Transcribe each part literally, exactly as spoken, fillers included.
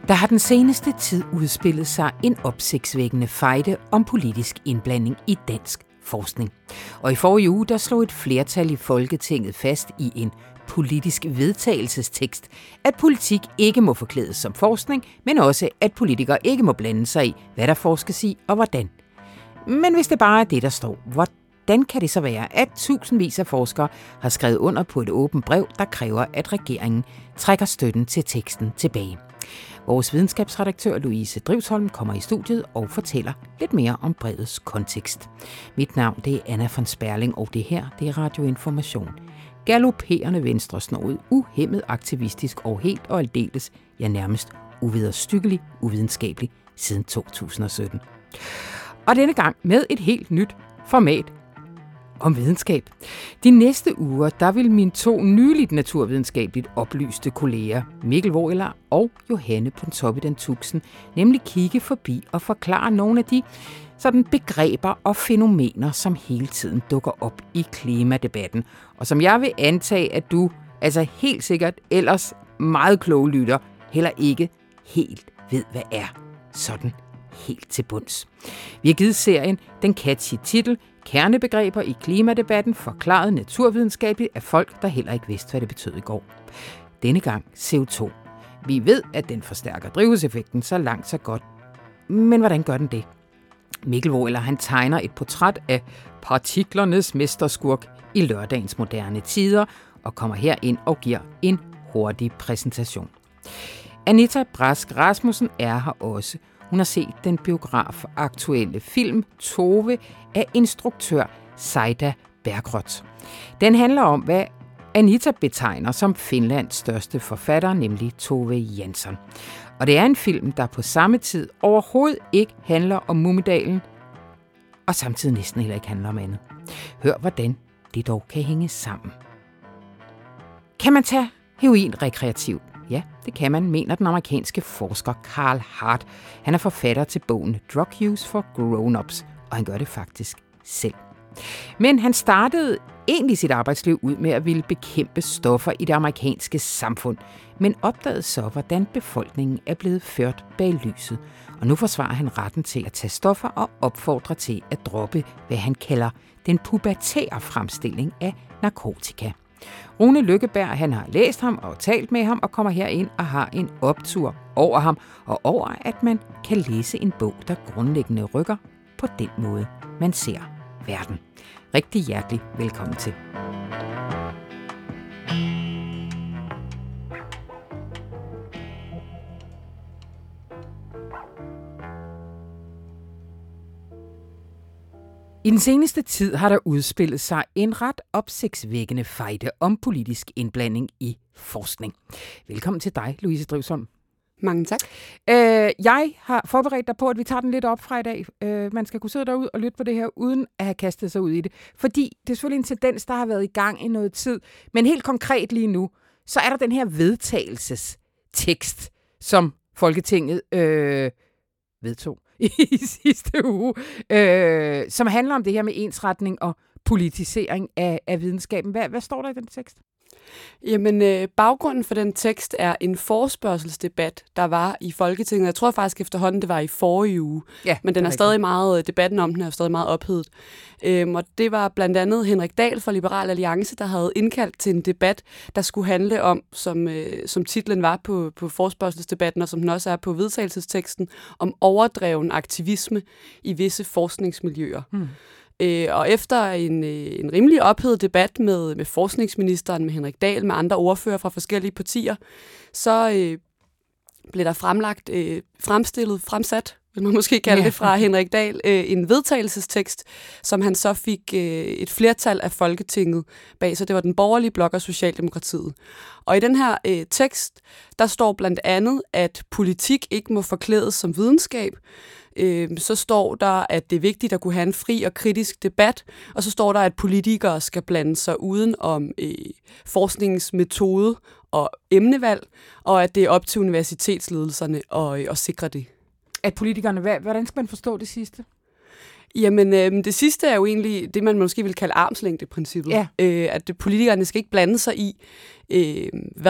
Der har den seneste tid udspillet sig en opsigtsvækkende fejde om politisk indblanding i dansk forskning. Og i forrige uge der slog et flertal i Folketinget fast i en politisk vedtagelsestekst, at politik ikke må forklædes som forskning, men også at politikere ikke må blande sig i, hvad der forskes i og hvordan. Men hvis det bare er det, der står, hvordan kan det så være, at tusindvis af forskere har skrevet under på et åbent brev, der kræver, at regeringen trækker støtten til teksten tilbage? Vores videnskabsredaktør Louise Drivsholm kommer i studiet og fortæller lidt mere om brevets kontekst. Mit navn det er Anna von Sperling, og det her det er Radio Information. Galopperende venstresnoet, uhæmmet aktivistisk og helt og aldeles, ja nærmest uvederstyggelig, uvidenskabelig siden to tusind og sytten. Og denne gang med et helt nyt format om videnskab. De næste uger, der vil mine to nyligt naturvidenskabeligt oplyste kolleger, Mikkel Voeler og Johanne Pontoppidan Tuxen, nemlig kigge forbi og forklare nogle af de sådan begreber og fænomener, som hele tiden dukker op i klimadebatten, og som jeg vil antage, at du, altså helt sikkert ellers meget kloge lytter, heller ikke helt ved, hvad er sådan helt til bunds. Vi har givet serien den catchy titel Kernebegreber i klimadebatten forklaret naturvidenskabeligt af folk, der heller ikke vidste, hvad det betød i går. Denne gang C O to. Vi ved, at den forstærker drivhuseffekten, så langt så godt. Men hvordan gør den det? Mikkel Voeler, han tegner et portræt af partiklernes mesterskurk i lørdagens moderne tider og kommer her ind og giver en hurtig præsentation. Anita Brask Rasmussen er her også. Hun har set den biografaktuelle film Tove af instruktør Saida Bergroth. Den handler om, hvad Anita betegner som Finlands største forfatter, nemlig Tove Jansson. Og det er en film, der på samme tid overhovedet ikke handler om Mumidalen, og samtidig næsten heller ikke handler om andet. Hør, hvordan det dog kan hænge sammen. Kan man tage heroin rekreativt? Ja, det kan man, mener den amerikanske forsker Carl Hart. Han er forfatter til bogen Drug Use for Grown-ups, og han gør det faktisk selv. Men han startede egentlig sit arbejdsliv ud med at ville bekæmpe stoffer i det amerikanske samfund, men opdagede så, hvordan befolkningen er blevet ført bag lyset. Og nu forsvarer han retten til at tage stoffer og opfordrer til at droppe, hvad han kalder den pubertære fremstilling af narkotika. Rune Lykkeberg, han har læst ham og talt med ham og kommer herind og har en optur over ham og over, at man kan læse en bog, der grundlæggende rykker på den måde, man ser verden. Rigtig hjertelig velkommen til. I den seneste tid har der udspillet sig en ret opsigtsvækkende fejde om politisk indblanding i forskning. Velkommen til dig, Louise Drivsholm. Mange tak. Øh, jeg har forberedt dig på, at vi tager den lidt op fra i dag. Øh, man skal kunne sidde derude og lytte på det her, uden at have kastet sig ud i det. Fordi det er selvfølgelig en tendens, der har været i gang i noget tid. Men helt konkret lige nu, så er der den her vedtagelsestekst, som Folketinget øh, vedtog i sidste uge, øh, som handler om det her med ensretning og politisering af, af videnskaben. Hvad, hvad står der i den tekst? Jamen, øh, baggrunden for den tekst er en forespørgselsdebat, der var i Folketinget. Jeg tror faktisk efterhånden, det var i forrige uge. Ja, men den er stadig meget, debatten om den er stadig meget ophedet. Øhm, og det var blandt andet Henrik Dahl fra Liberal Alliance, der havde indkaldt til en debat, der skulle handle om, som, øh, som titlen var på, på forespørgselsdebatten, og som den også er på vedtagelsesteksten, om overdreven aktivisme i visse forskningsmiljøer. Hmm. Øh, og efter en, øh, en rimelig ophedet debat med, med forskningsministeren, med Henrik Dahl, med andre ordfører fra forskellige partier, så øh, blev der fremlagt, øh, fremstillet, fremsat, vil man måske kalde ja. det, fra Henrik Dahl, øh, en vedtagelsestekst, som han så fik øh, et flertal af Folketinget bag, så det var den borgerlige blok og Socialdemokratiet. Og i den her øh, tekst, der står blandt andet, at politik ikke må forklædes som videnskab. Øh, så står der, at det er vigtigt at kunne have en fri og kritisk debat, og så står der, at politikere skal blande sig uden om øh, forskningens metode og emnevalg, og at det er op til universitetsledelserne at, øh, at sikre det. At politikerne, hvordan skal man forstå det sidste? Jamen, øh, det sidste er jo egentlig det, man måske vil kalde armslængdeprincippet. Ja. Øh, at politikerne skal ikke blande sig i, øh, hvad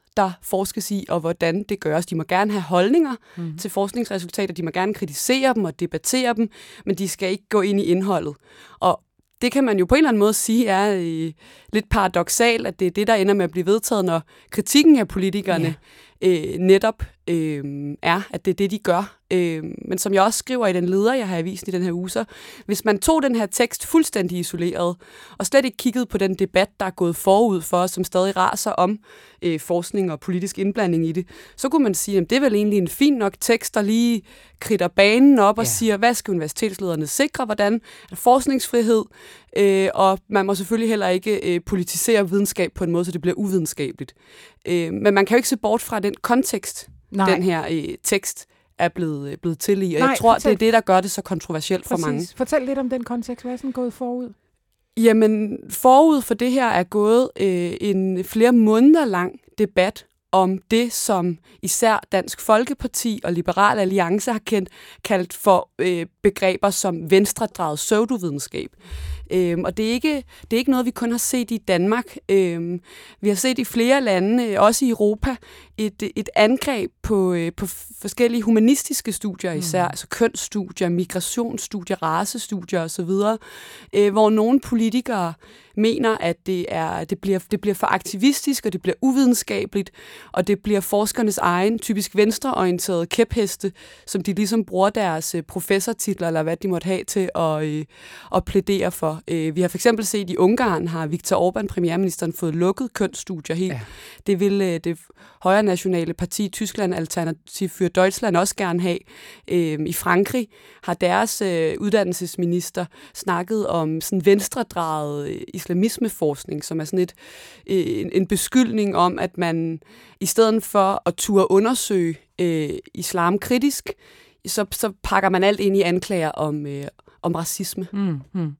der forskes i, og hvordan det gøres. De må gerne have holdninger Mhm. til forskningsresultater, de må gerne kritisere dem og debattere dem, men de skal ikke gå ind i indholdet. Og det kan man jo på en eller anden måde sige er øh, lidt paradoksalt, at det er det, der ender med at blive vedtaget, når kritikken af politikerne øh, netop øh, er, at det er det, de gør. Øh, men som jeg også skriver i den leder, jeg har i avisen i den her uge, så hvis man tog den her tekst fuldstændig isoleret, og slet ikke kiggede på den debat, der er gået forud for os, som stadig raser om øh, forskning og politisk indblanding i det, så kunne man sige, at det er vel egentlig en fin nok tekst, der lige kridter banen op og Ja. siger, hvad skal universitetslederne sikre, hvordan er der forskningsfrihed, øh, og man må selvfølgelig heller ikke øh, politisere videnskab på en måde, så det bliver uvidenskabeligt. Øh, men man kan jo ikke se bort fra den kontekst, Nej. den her øh, tekst er blevet, øh, blevet til i, og Nej, jeg tror, fortæl. det er det, der gør det så kontroversielt for Præcis. mange. Fortæl lidt om den kontekst. Hvad er sådan gået forud? Jamen, forud for det her er gået øh, en flere måneder lang debat om det, som især Dansk Folkeparti og Liberal Alliance har kendt, kaldt for øh, begreber som venstredrejet pseudovidenskab. Øhm, og det er, ikke, det er ikke noget, vi kun har set i Danmark. Øhm, vi har set i flere lande, øh, også i Europa, et, et angreb på, øh, på forskellige humanistiske studier især, mm. altså kønsstudier, migrationsstudier, racestudier osv., øh, hvor nogle politikere mener, at det, er, det, bliver, det bliver for aktivistisk, og det bliver uvidenskabeligt, og det bliver forskernes egen, typisk venstreorienterede kæpheste, som de ligesom bruger deres øh, professortitler, eller hvad de måtte have til at, øh, at plædere for. Øh, vi har for eksempel set, i Ungarn har Viktor Orbán, premierministeren, fået lukket kønsstudier helt. Ja. Det vil øh, det højre nationale parti i Tyskland, Alternativ für Deutschland, også gerne have. Øh, I Frankrig har deres øh, uddannelsesminister snakket om sådan venstredrejet øh, islamismeforskning, som er sådan et, øh, en, en beskyldning om, at man i stedet for at turde undersøge øh, islam kritisk, så, så pakker man alt ind i anklager om, øh, om racisme. Mm-hmm.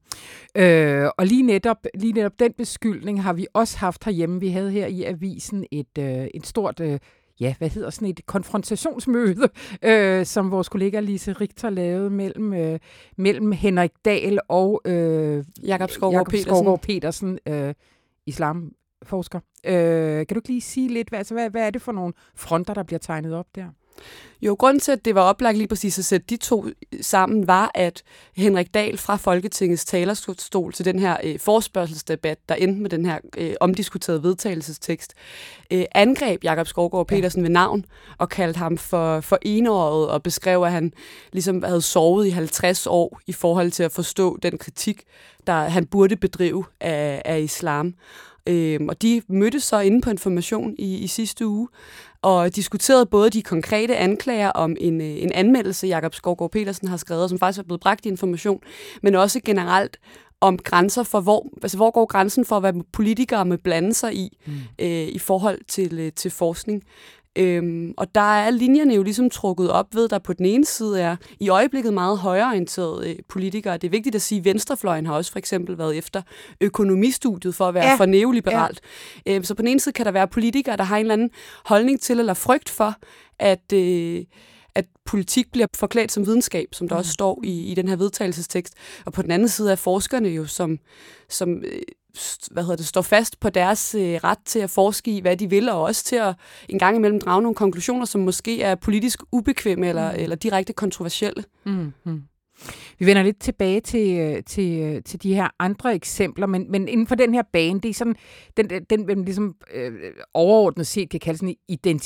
Øh, og lige netop, lige netop den beskyldning har vi også haft herhjemme. Vi havde her i avisen et, øh, et stort... Øh, ja, hvad hedder sådan et konfrontationsmøde, øh, som vores kollega Lise Richter lavede mellem, øh, mellem Henrik Dahl og øh, Jakob Skovgaard Petersen, Skovgaard Petersen øh, islamforsker. Øh, kan du ikke lige sige lidt, hvad, altså, hvad, hvad er det for nogle fronter, der bliver tegnet op der? Jo, grunden til, at det var oplagt lige præcis at sætte de to sammen, var, at Henrik Dahl fra Folketingets talerstol til den her øh, forespørgselsdebat, der endte med den her øh, omdiskuterede vedtagelsestekst, øh, angreb Jakob Skovgaard Petersen ja. ved navn, og kaldte ham for, for enåret, og beskrev, at han ligesom havde sovet i halvtreds år i forhold til at forstå den kritik, der han burde bedrive af, af islam. Øhm, og de mødtes så inde på Information i, i sidste uge, og diskuterede både de konkrete anklager om en, en anmeldelse, Jakob Skovgaard Petersen har skrevet, som faktisk er blevet bragt i Information, men også generelt om grænser for, hvor, altså hvor går grænsen for, hvad politikere må blande sig i, mm. øh, i forhold til, til forskning. Øhm, og der er linjerne jo ligesom trukket op ved, der på den ene side er i øjeblikket meget højreorienterede øh, politikere. Det er vigtigt at sige, at venstrefløjen har også for eksempel været efter økonomistudiet for at være ja. for neoliberalt. Ja. Øhm, så på den ene side kan der være politikere, der har en eller anden holdning til eller frygt for, at, øh, at politik bliver forklædt som videnskab, som der mm. også står i, i den her vedtagelsestekst. Og på den anden side er forskerne jo som... som øh, hvad hedder det, står fast på deres øh, ret til at forske i, hvad de vil, og også til at en gang imellem drage nogle konklusioner, som måske er politisk ubekvemme eller, mm. eller direkte kontroversielle. Mm-hmm. Vi vender lidt tilbage til, til, til de her andre eksempler, men, men inden for den her bane, det er sådan, den, den, den ligesom øh, overordnet set kan kalde sådan en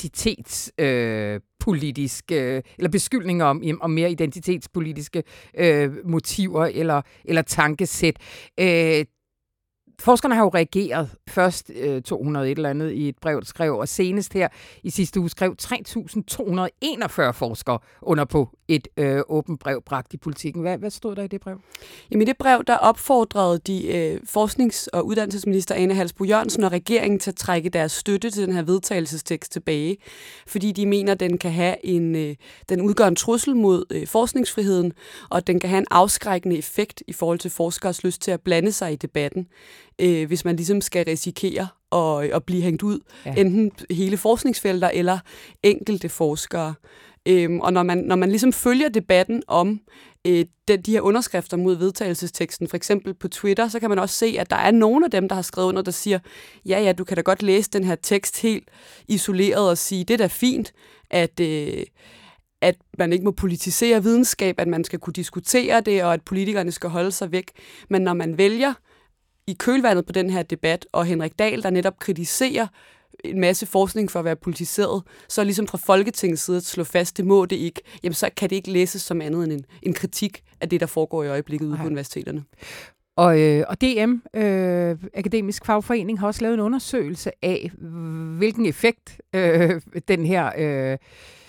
identitetspolitisk, øh, øh, eller beskyldninger om, om mere identitetspolitiske øh, motiver eller, eller tankesæt. Øh, Forskerne har jo reageret først øh, to hundrede et eller andet i et brev, der skrev, og senest her i sidste uge skrev tre tusind to hundrede enogfyrre forskere under på et øh, åbent brev bragt i Politikken. Hvad, hvad stod der i det brev? Jamen i det brev, der opfordrede de øh, forsknings- og uddannelsesminister Ane Halsboe Jørgensen og regeringen til at trække deres støtte til den her vedtagelsestekst tilbage, fordi de mener, at den kan have en, øh, den udgør en trussel mod øh, forskningsfriheden, og at den kan have en afskrækkende effekt i forhold til forskers lyst til at blande sig i debatten, øh, hvis man ligesom skal risikere at, at blive hængt ud, ja. enten hele forskningsfelter eller enkelte forskere. Øhm, og når man, når man ligesom følger debatten om øh, de, de her underskrifter mod vedtagelsesteksten, for eksempel på Twitter, så kan man også se, at der er nogle af dem, der har skrevet under, der siger, ja, ja, du kan da godt læse den her tekst helt isoleret og sige, det er da fint, at... Øh, at man ikke må politisere videnskab, at man skal kunne diskutere det, og at politikerne skal holde sig væk. Men når man vælger i kølvandet på den her debat, og Henrik Dahl, der netop kritiserer en masse forskning for at være politiseret, så ligesom fra Folketingets side at slå fast, det må det ikke, jamen så kan det ikke læses som andet end en, en kritik af det, der foregår i øjeblikket ude på universiteterne. Og, øh, og D M, øh, Akademisk Fagforening, har også lavet en undersøgelse af, hvilken effekt øh, den her... Øh,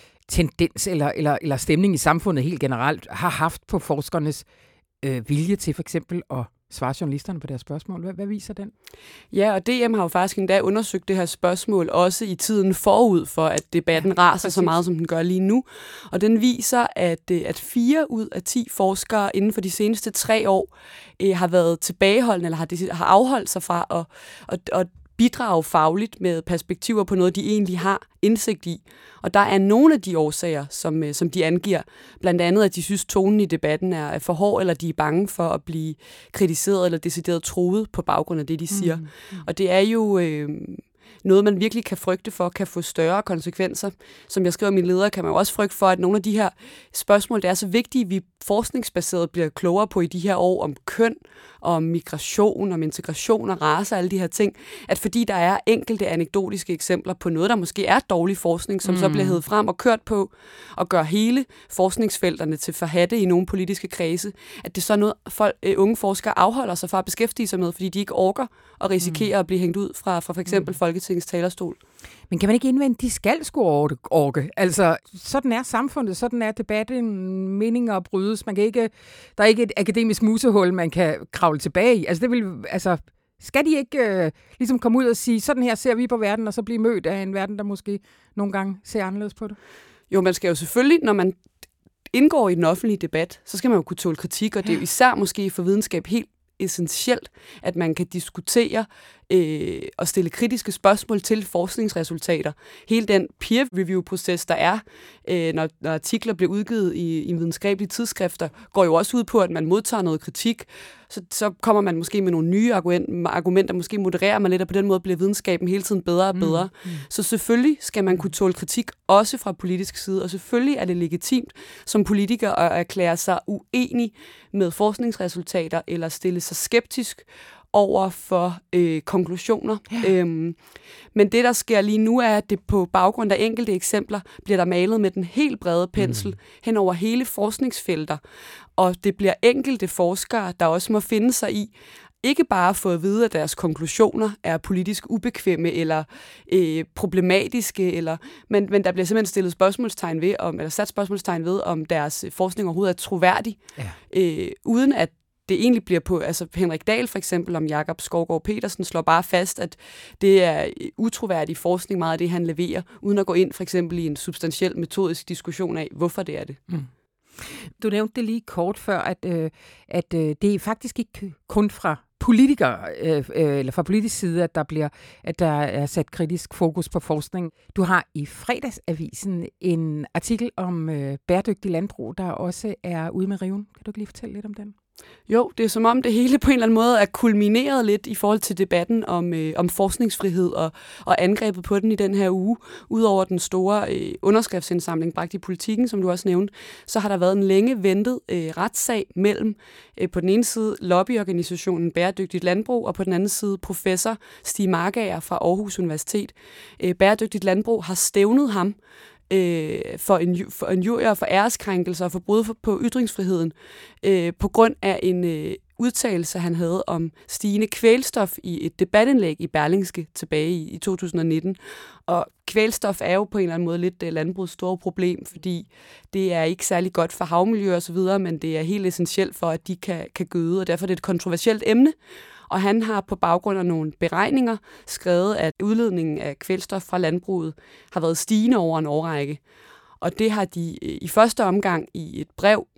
tendens eller, eller, eller stemning i samfundet helt generelt har haft på forskernes øh, vilje til for eksempel at svare journalisterne på deres spørgsmål. Hvad, hvad viser den? Ja, og D M har jo faktisk endda undersøgt det her spørgsmål også i tiden forud for, at debatten ja, raser så meget, som den gør lige nu. Og den viser, at, at fire ud af ti forskere inden for de seneste tre år øh, har været tilbageholdende eller har, har afholdt sig fra at, at, at bidrage fagligt med perspektiver på noget, de egentlig har indsigt i. Og der er nogle af de årsager, som, som de angiver. Blandt andet, at de synes, tonen i debatten er for hård, eller de er bange for at blive kritiseret eller decideret truet på baggrund af det, de siger. Mm. Mm. Og det er jo... Øh, noget, man virkelig kan frygte for, kan få større konsekvenser. Som jeg skriver i min leder, kan man jo også frygte for, at nogle af de her spørgsmål, det er så vigtige, at vi forskningsbaseret bliver klogere på i de her år om køn, om migration, om integration og race og alle de her ting, at fordi der er enkelte anekdotiske eksempler på noget, der måske er dårlig forskning, som mm. så bliver hævet frem og kørt på, og gør hele forskningsfelterne til forhatte i nogle politiske kredse, at det er så noget, folk, unge forskere afholder sig fra at beskæftige sig med, fordi de ikke orker og risikerer mm. at blive hængt ud fra, fra for eksempel mm. Folketingets talerstol. Men kan man ikke indvende, de skal sgu orke? Altså, sådan er samfundet, sådan er debatten, meninger brydes. Man kan ikke, der er ikke et akademisk musehul, man kan kravle tilbage i. Altså, det vil, altså, skal de ikke øh, ligesom komme ud og sige, sådan her ser vi på verden, og så blive mødt af en verden, der måske nogle gange ser anderledes på det? Jo, man skal jo selvfølgelig, når man indgår i den offentlige debat, så skal man jo kunne tåle kritik, og det er jo især måske for videnskab helt essentielt, at man kan diskutere øh, og stille kritiske spørgsmål til forskningsresultater. Hele den peer-review-proces, der er, øh, når, når artikler bliver udgivet i, i videnskabelige tidsskrifter, går jo også ud på, at man modtager noget kritik. Så, så kommer man måske med nogle nye argumenter, måske modererer man lidt, og på den måde bliver videnskaben hele tiden bedre og bedre. Mm. Mm. Så selvfølgelig skal man kunne tåle kritik, også fra politisk side, og selvfølgelig er det legitimt som politiker at erklære sig uenig med forskningsresultater, eller stille sig skeptisk over for øh, konklusioner. Ja. Øhm, men det, der sker lige nu, er, at det på baggrund af enkelte eksempler bliver der malet med den helt brede pensel mm. hen over hele forskningsfelter. Og det bliver enkelte forskere, der også må finde sig i, ikke bare få at vide, at deres konklusioner er politisk ubekvemme eller øh, problematiske, eller, men, men der bliver simpelthen stillet spørgsmålstegn ved, om, eller sat spørgsmålstegn ved, om deres forskning overhovedet er troværdig, ja. øh, uden at det egentlig bliver på, altså Henrik Dahl for eksempel, om Jakob Skovgaard Petersen, slår bare fast, at det er utroværdig forskning, meget af det, han leverer, uden at gå ind for eksempel i en substantiel metodisk diskussion af, hvorfor det er det. Mm. Du nævnte det lige kort før, at, øh, at øh, det er faktisk ikke kun fra politikere, øh, øh, eller fra politisk side, at der bliver, at der er sat kritisk fokus på forskning. Du har i Fredagsavisen en artikel om øh, bæredygtig landbrug, der også er ude med riven. Kan du ikke lige fortælle lidt om den? Jo, det er som om det hele på en eller anden måde er kulmineret lidt i forhold til debatten om, øh, om forskningsfrihed og, og angrebet på den i den her uge. Udover den store øh, underskriftsindsamling bragt i Politikken, som du også nævnte, så har der været en længe ventet øh, retssag mellem øh, på den ene side lobbyorganisationen Bæredygtigt Landbrug, og på den anden side professor Stig Markager fra Aarhus Universitet. Øh, Bæredygtigt Landbrug har stævnet ham Øh, for en for en jury og for æreskrænkelser og for brud på ytringsfriheden øh, på grund af en øh, udtalelse, han havde om stigende kvælstof i et debatindlæg i Berlingske tilbage i, i to tusind og nitten. Og kvælstof er jo på en eller anden måde lidt uh, landbrugets store problem, fordi det er ikke særlig godt for havmiljø og så videre, men det er helt essentielt for, at de kan, kan gøde, og derfor er det et kontroversielt emne. Og han har på baggrund af nogle beregninger skrevet, at udledningen af kvælstof fra landbruget har været stigende over en årrække. Og det har de i første omgang i et brev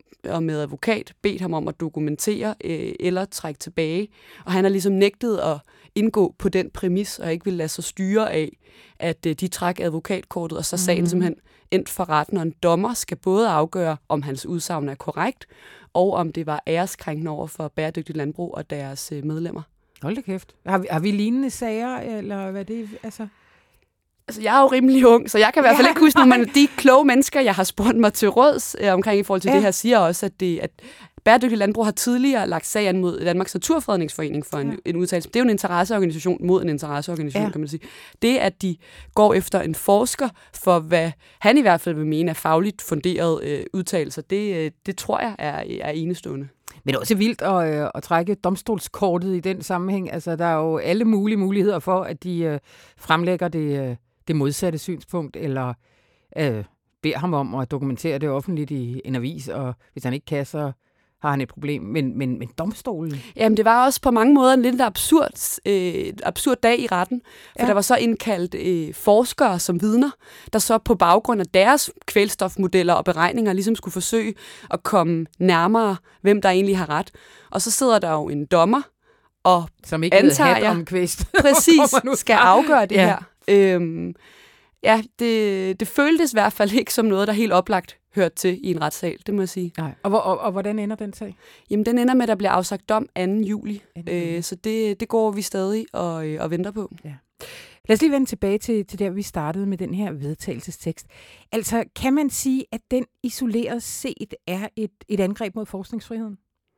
og med advokat bedt ham om at dokumentere øh, eller trække tilbage. Og han har ligesom nægtet at indgå på den præmis, og ikke vil lade sig styre af, at øh, de træk advokatkortet, og så sagen mm-hmm. simpelthen endt for retten, og en dommer skal både afgøre, om hans udsagn er korrekt, og om det var æreskrænkende over for Bæredygtigt Landbrug og deres øh, medlemmer. Hold da kæft. Har vi, har vi lignende sager, eller hvad det altså? Altså, jeg er jo rimelig ung, så jeg kan i hvert fald ja, ikke huske, nogle af de kloge mennesker, jeg har spurgt mig til råds øh, omkring i forhold til ja. det her, siger også, at, det, at Bæredygtigt Landbrug har tidligere lagt sagen mod Danmarks Naturfredningsforening for en, ja. en udtalelse. Det er jo en interesseorganisation mod en interesseorganisation, ja. kan man sige. Det, at de går efter en forsker for, hvad han i hvert fald vil mene er fagligt funderet øh, udtalelser, det, øh, det tror jeg er, er enestående. Men det er også vildt at, øh, at trække domstolskortet i den sammenhæng. Altså, der er jo alle mulige muligheder for, at de øh, fremlægger det, øh, det modsatte synspunkt, eller øh, beder ham om at dokumentere det offentligt i en avis, og hvis han ikke kan, så har han et problem. Men, men, men domstolen? Jamen, det var også på mange måder en lidt absurd, øh, absurd dag i retten, for ja. der var så indkaldt øh, forskere som vidner, der så på baggrund af deres kvælstofmodeller og beregninger ligesom skulle forsøge at komme nærmere, hvem der egentlig har ret. Og så sidder der jo en dommer, og som ikke antager jeg, om kvist. Præcis, skal afgøre det ja. her. Øhm, ja, det, det føltes i hvert fald ikke som noget, der helt oplagt hørt til i en retssal, det må jeg sige. Nej. Og, og, og, og hvordan ender den sag? Jamen, den ender med, at der bliver afsagt dom anden juli. Øh, så det, det går vi stadig og, øh, og venter på. Ja. Lad os lige vende tilbage til, til der, vi startede med den her vedtagelsestekst. Altså, kan man sige, at den isoleret set er et, et angreb mod forskningsfriheden?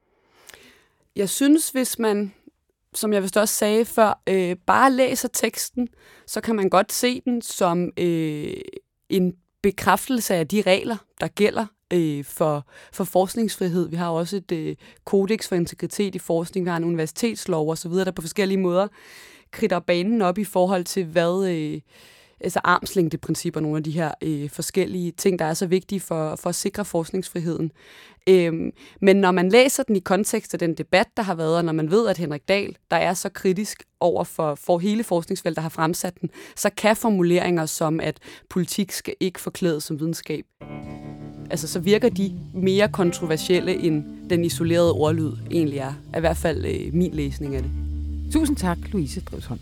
Jeg synes, hvis man, som jeg vist også sagde før, øh, bare læser teksten, så kan man godt se den som øh, en bekræftelse af de regler, der gælder øh, for, for forskningsfrihed. Vi har også et øh, kodex for integritet i forskning, vi har en universitetslov og så videre, der på forskellige måder kridter banen op i forhold til, hvad øh, altså armslængdeprincipper, nogle af de her øh, forskellige ting, der er så vigtige for, for at sikre forskningsfriheden. Øhm, men når man læser den i kontekst af den debat, der har været, og når man ved, at Henrik Dahl, der er så kritisk over for, for hele forskningsfeltet, der har fremsat den, så kan formuleringer som, at politik skal ikke forklædes som videnskab, altså så virker de mere kontroversielle, end den isolerede ordlyd egentlig er. I hvert fald øh, min læsning af det. Tusind tak, Louise Drivsholm.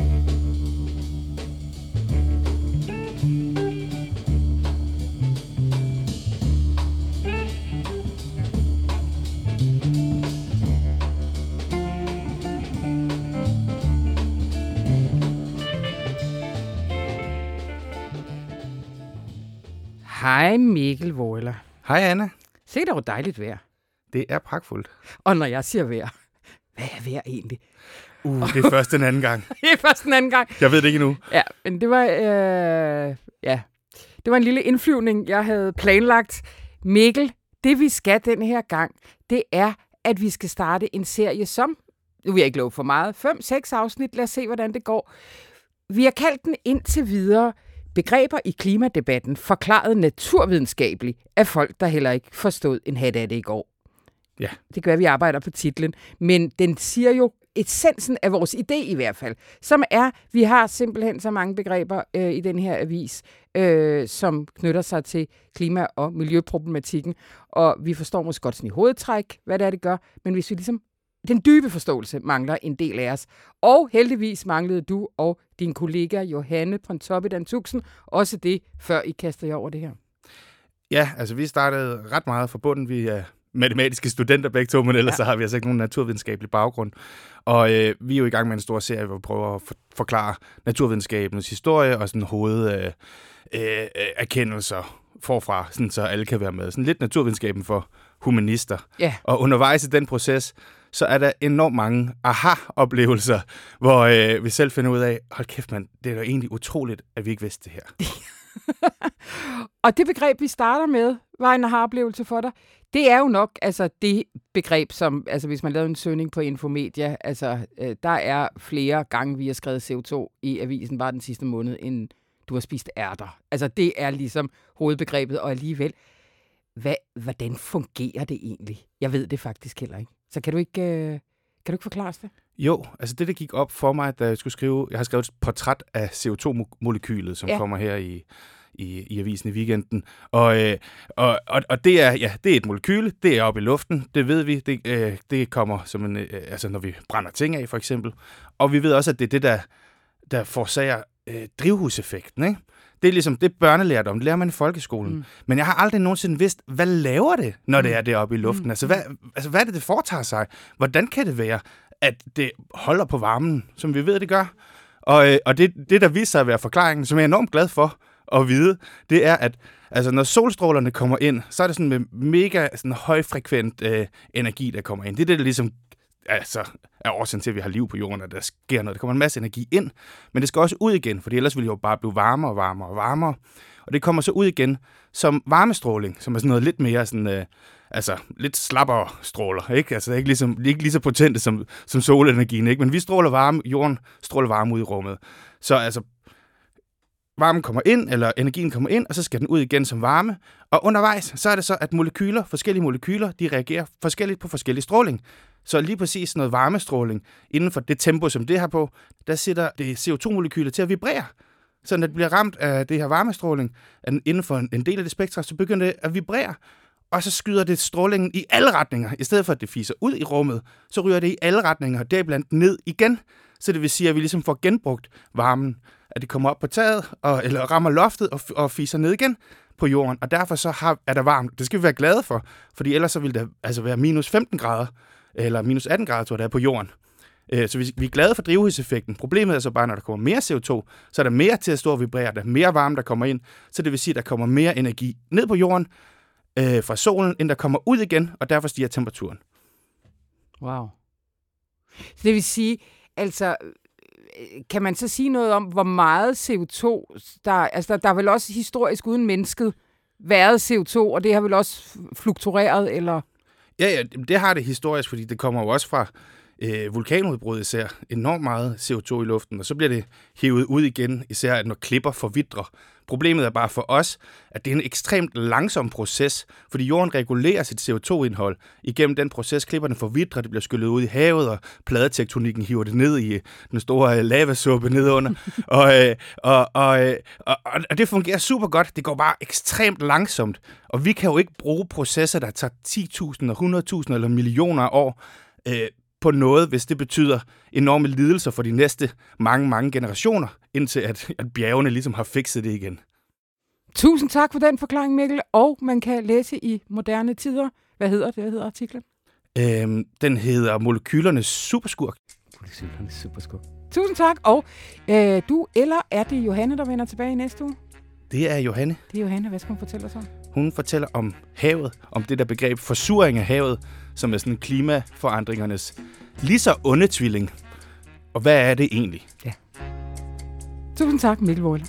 Hej Mikkel Woiler. Hej Anna. Se, der var dejligt vejr. Det er pragtfuldt. Og når jeg siger vejr, hvad er vejr egentlig? Uh, det er først en anden gang. det er først en anden gang. Jeg ved det ikke endnu. Ja, men det var, øh, ja, det var en lille indflyvning, jeg havde planlagt. Mikkel, det vi skal den her gang, det er, at vi skal starte en serie som, nu vil jeg ikke love for meget, fem, seks afsnit. Lad os se, hvordan det går. Vi har kaldt den indtil videre begreber i klimadebatten forklaret naturvidenskabeligt af folk, der heller ikke forstod en hat af det i går. Ja. Det kan være, at vi arbejder på titlen, men den siger jo essensen af vores idé i hvert fald, som er, vi har simpelthen så mange begreber øh, i den her avis, øh, som knytter sig til klima- og miljøproblematikken, og vi forstår måske godt sådan i hovedtræk, hvad det er, det gør, men hvis vi ligesom den dybe forståelse mangler en del af os. Og heldigvis manglede du og din kollega Johanne Pontoppidan Tuxen også det, før I kastede jer over det her. Ja, altså vi startede ret meget fra bunden. Vi er matematiske studenter begge to, men ellers ja. så har vi altså ikke nogen naturvidenskabelig baggrund. Og øh, vi er jo i gang med en stor serie, hvor vi prøver at for- forklare naturvidenskabens historie og sådan hovederkendelser øh, øh, forfra, sådan, så alle kan være med. Sådan lidt naturvidenskaben for humanister. Ja. Og undervejs i den proces, så er der enormt mange aha-oplevelser, hvor øh, vi selv finder ud af, hold kæft mand, det er da egentlig utroligt, at vi ikke vidste det her. Og det begreb, vi starter med, var en aha-oplevelse for dig. Det er jo nok altså det begreb, som, altså hvis man lavede en søgning på Infomedia, altså øh, der er flere gange, vi har skrevet C O to i avisen bare den sidste måned, end du har spist ærter. Altså det er ligesom hovedbegrebet, og alligevel, hvad, hvordan fungerer det egentlig? Jeg ved det faktisk heller ikke. Så kan du ikke, øh, kan du ikke forklare os det? Jo, altså det, der gik op for mig, da jeg skulle skrive, jeg har skrevet et portræt af C O to molekylet, som ja. kommer her i, i, i avisen i weekenden. Og, øh, og, og, og det, er, ja, det er et molekyle, det er oppe i luften, det ved vi. Det, øh, det kommer, som en, øh, altså, når vi brænder ting af, for eksempel. Og vi ved også, at det er det, der, der forårsager øh, drivhuseffekten, ikke? Det er ligesom, det er børnelærdom, det lærer man i folkeskolen. Mm. Men jeg har aldrig nogensinde vidst, hvad laver det, når mm. det er deroppe i luften? Mm. Altså, hvad, altså, hvad er det, det foretager sig? Hvordan kan det være, at det holder på varmen, som vi ved, det gør? Og, øh, og det, det, der viser sig at være forklaringen, som jeg er enormt glad for at vide, det er, at altså, når solstrålerne kommer ind, så er det sådan med mega sådan, højfrekvent øh, energi, der kommer ind. Det er det, der ligesom altså, er årsagen til, at vi har liv på jorden, at der sker noget. Der kommer en masse energi ind, men det skal også ud igen, for ellers vil det jo bare blive varmere og varmere og varmere. Og det kommer så ud igen som varmestråling, som er sådan noget lidt mere sådan, øh, altså lidt slappere stråler, ikke? Altså det er ikke, ligesom, det er ikke lige så potente som, som solenergien, ikke? Men vi stråler varme, jorden stråler varme ud i rummet. Så altså, varmen kommer ind, eller energien kommer ind, og så skal den ud igen som varme. Og undervejs, så er det så, at molekyler, forskellige molekyler, de reagerer forskelligt på forskellig stråling. Så lige præcis noget varmestråling, inden for det tempo, som det har på, der sætter det C O to molekyler til at vibrere. Så når det bliver ramt af det her varmestråling, inden for en del af det spektra, så begynder det at vibrere. Og så skyder det strålingen i alle retninger. I stedet for, at det fiser ud i rummet, så ryger det i alle retninger, og deriblandt ned igen. Så det vil sige, at vi ligesom får genbrugt varmen. At det kommer op på taget, og, eller rammer loftet og, og fiser ned igen på jorden. Og derfor så har, er der varmt. Det skal vi være glade for, fordi ellers så vil det altså være minus femten grader, eller minus atten grader, tror jeg, der er på jorden. Så vi, vi er glade for drivhuseffekten. Problemet er så bare, når der kommer mere C O to, så er der mere til at stå og vibrere, der er mere varme, der kommer ind. Så det vil sige, at der kommer mere energi ned på jorden øh, fra solen, end der kommer ud igen, og derfor stiger temperaturen. Wow. Så det vil sige, altså, kan man så sige noget om, hvor meget C O to, der, altså der, der er vel også historisk uden mennesket været C O to, og det har vel også fluktueret, eller? Ja, ja, det har det historisk, fordi det kommer jo også fra øh, vulkanudbrud især. Enormt meget C O to i luften, og så bliver det hævet ud igen, især når klipper forvitrer. Problemet er bare for os, at det er en ekstremt langsom proces, fordi jorden regulerer sit C O to indhold. Igennem den proces, klipperne forvitrer, det bliver skyllet ud i havet, og pladetektonikken hiver det ned i den store lavasuppe nedunder. og, øh, og, og, og, og det fungerer super godt. Det går bare ekstremt langsomt. Og vi kan jo ikke bruge processer, der tager ti tusind, hundrede tusind eller millioner af år øh, på noget, hvis det betyder enorme lidelser for de næste mange, mange generationer, indtil at, at bjergene ligesom har fikset det igen. Tusind tak for den forklaring, Mikkel. Og man kan læse i Moderne Tider. Hvad hedder det? Hvad hedder artiklen? Øhm, den hedder Molekylernes superskurk. Molekylernes superskurk. Tusind tak. Og øh, du, eller er det Johanne, der vender tilbage i næste uge? Det er Johanne. Det er Johanne. Hvad skal hun fortælle os om? Hun fortæller om havet, om det der begreb forsuring af havet, som er sådan klimaforandringernes lige så onde tvilling. Og hvad er det egentlig? Ja. Tusind tak, Mikkel Wohler.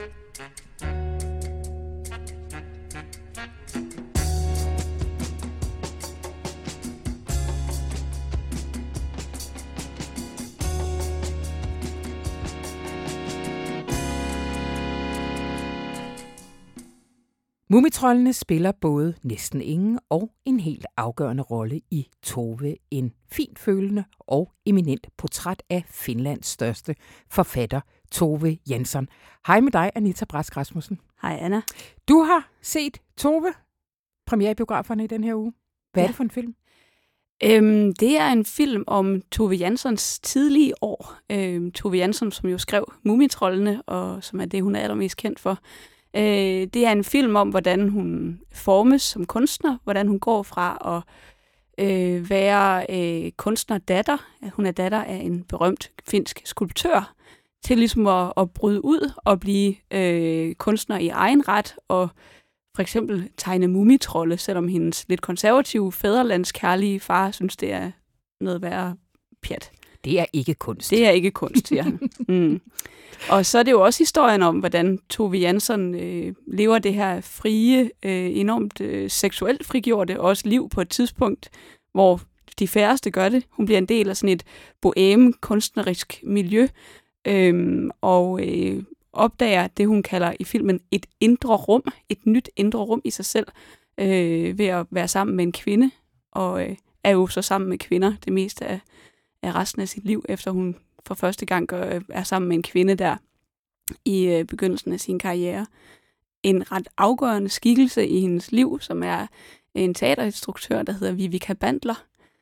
Mumitroldene spiller både næsten ingen og en helt afgørende rolle i Tove, en finfølende og eminent portræt af Finlands største forfatter, Tove Jansson. Hej med dig, Anita Brask Rasmussen. Hej, Anna. Du har set Tove, premiere i biograferne i den her uge. Hvad ja. er det for en film? Øhm, det er en film om Tove Janssons tidlige år. Øhm, Tove Jansson, som jo skrev Mumitroldene, og som er det, hun er allermest kendt for. Øh, det er en film om, hvordan hun formes som kunstner, hvordan hun går fra at øh, være øh, kunstnerdatter, hun er datter af en berømt finsk skulptør, til ligesom at, at bryde ud og blive øh, kunstner i egen ret, og for eksempel tegne mumitrolde, selvom hendes lidt konservative, fædrelandskærlige far synes, det er noget værre pjat. Det er ikke kunst. Det er ikke kunst, siger han. Mm. Og så er det jo også historien om, hvordan Tove Jansson øh, lever det her frie, øh, enormt øh, seksuelt frigjorte også liv på et tidspunkt, hvor de færreste gør det. Hun bliver en del af sådan et boheme kunstnerisk miljø, øh, og øh, opdager det, hun kalder i filmen et indre rum, et nyt indre rum i sig selv, øh, ved at være sammen med en kvinde, og øh, er jo så sammen med kvinder det meste af, af resten af sit liv, efter hun for første gang gør, er sammen med en kvinde der i øh, begyndelsen af sin karriere. en ret afgørende skikkelse i hendes liv, som er en teaterinstruktør, der hedder Vivica Bandler,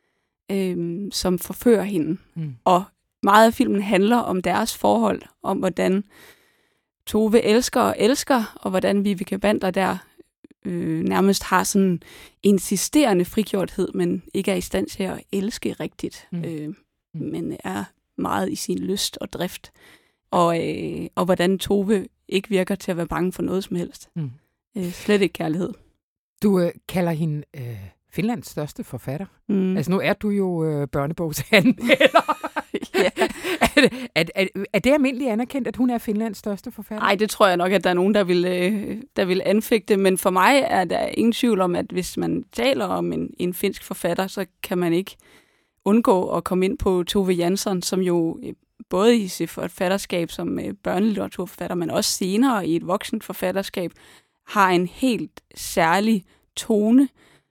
øh, som forfører hende. Mm. Og meget af filmen handler om deres forhold, om hvordan Tove elsker og elsker, og hvordan Vivica Bandler der øh, nærmest har sådan en insisterende frigjorthed, men ikke er i stand til at elske rigtigt, mm. øh, men er meget i sin lyst og drift. Og, øh, og hvordan Tove ikke virker til at være bange for noget som helst. Mm. Øh, slet ikke kærlighed. Du øh, kalder hende øh, Finlands største forfatter. Mm. Altså nu er du jo øh, børnebogsanmelder. Ja. er, er, er, er det almindeligt anerkendt, at hun er Finlands største forfatter? Nej, det tror jeg nok, at der er nogen, der vil, øh, der vil anfægte. Men for mig er der ingen tvivl om, at hvis man taler om en, en finsk forfatter, så kan man ikke undgå at komme ind på Tove Jansson, som jo både i sit forfatterskab som børnelitteraturforfatter, men også senere i et voksent forfatterskab, har en helt særlig tone,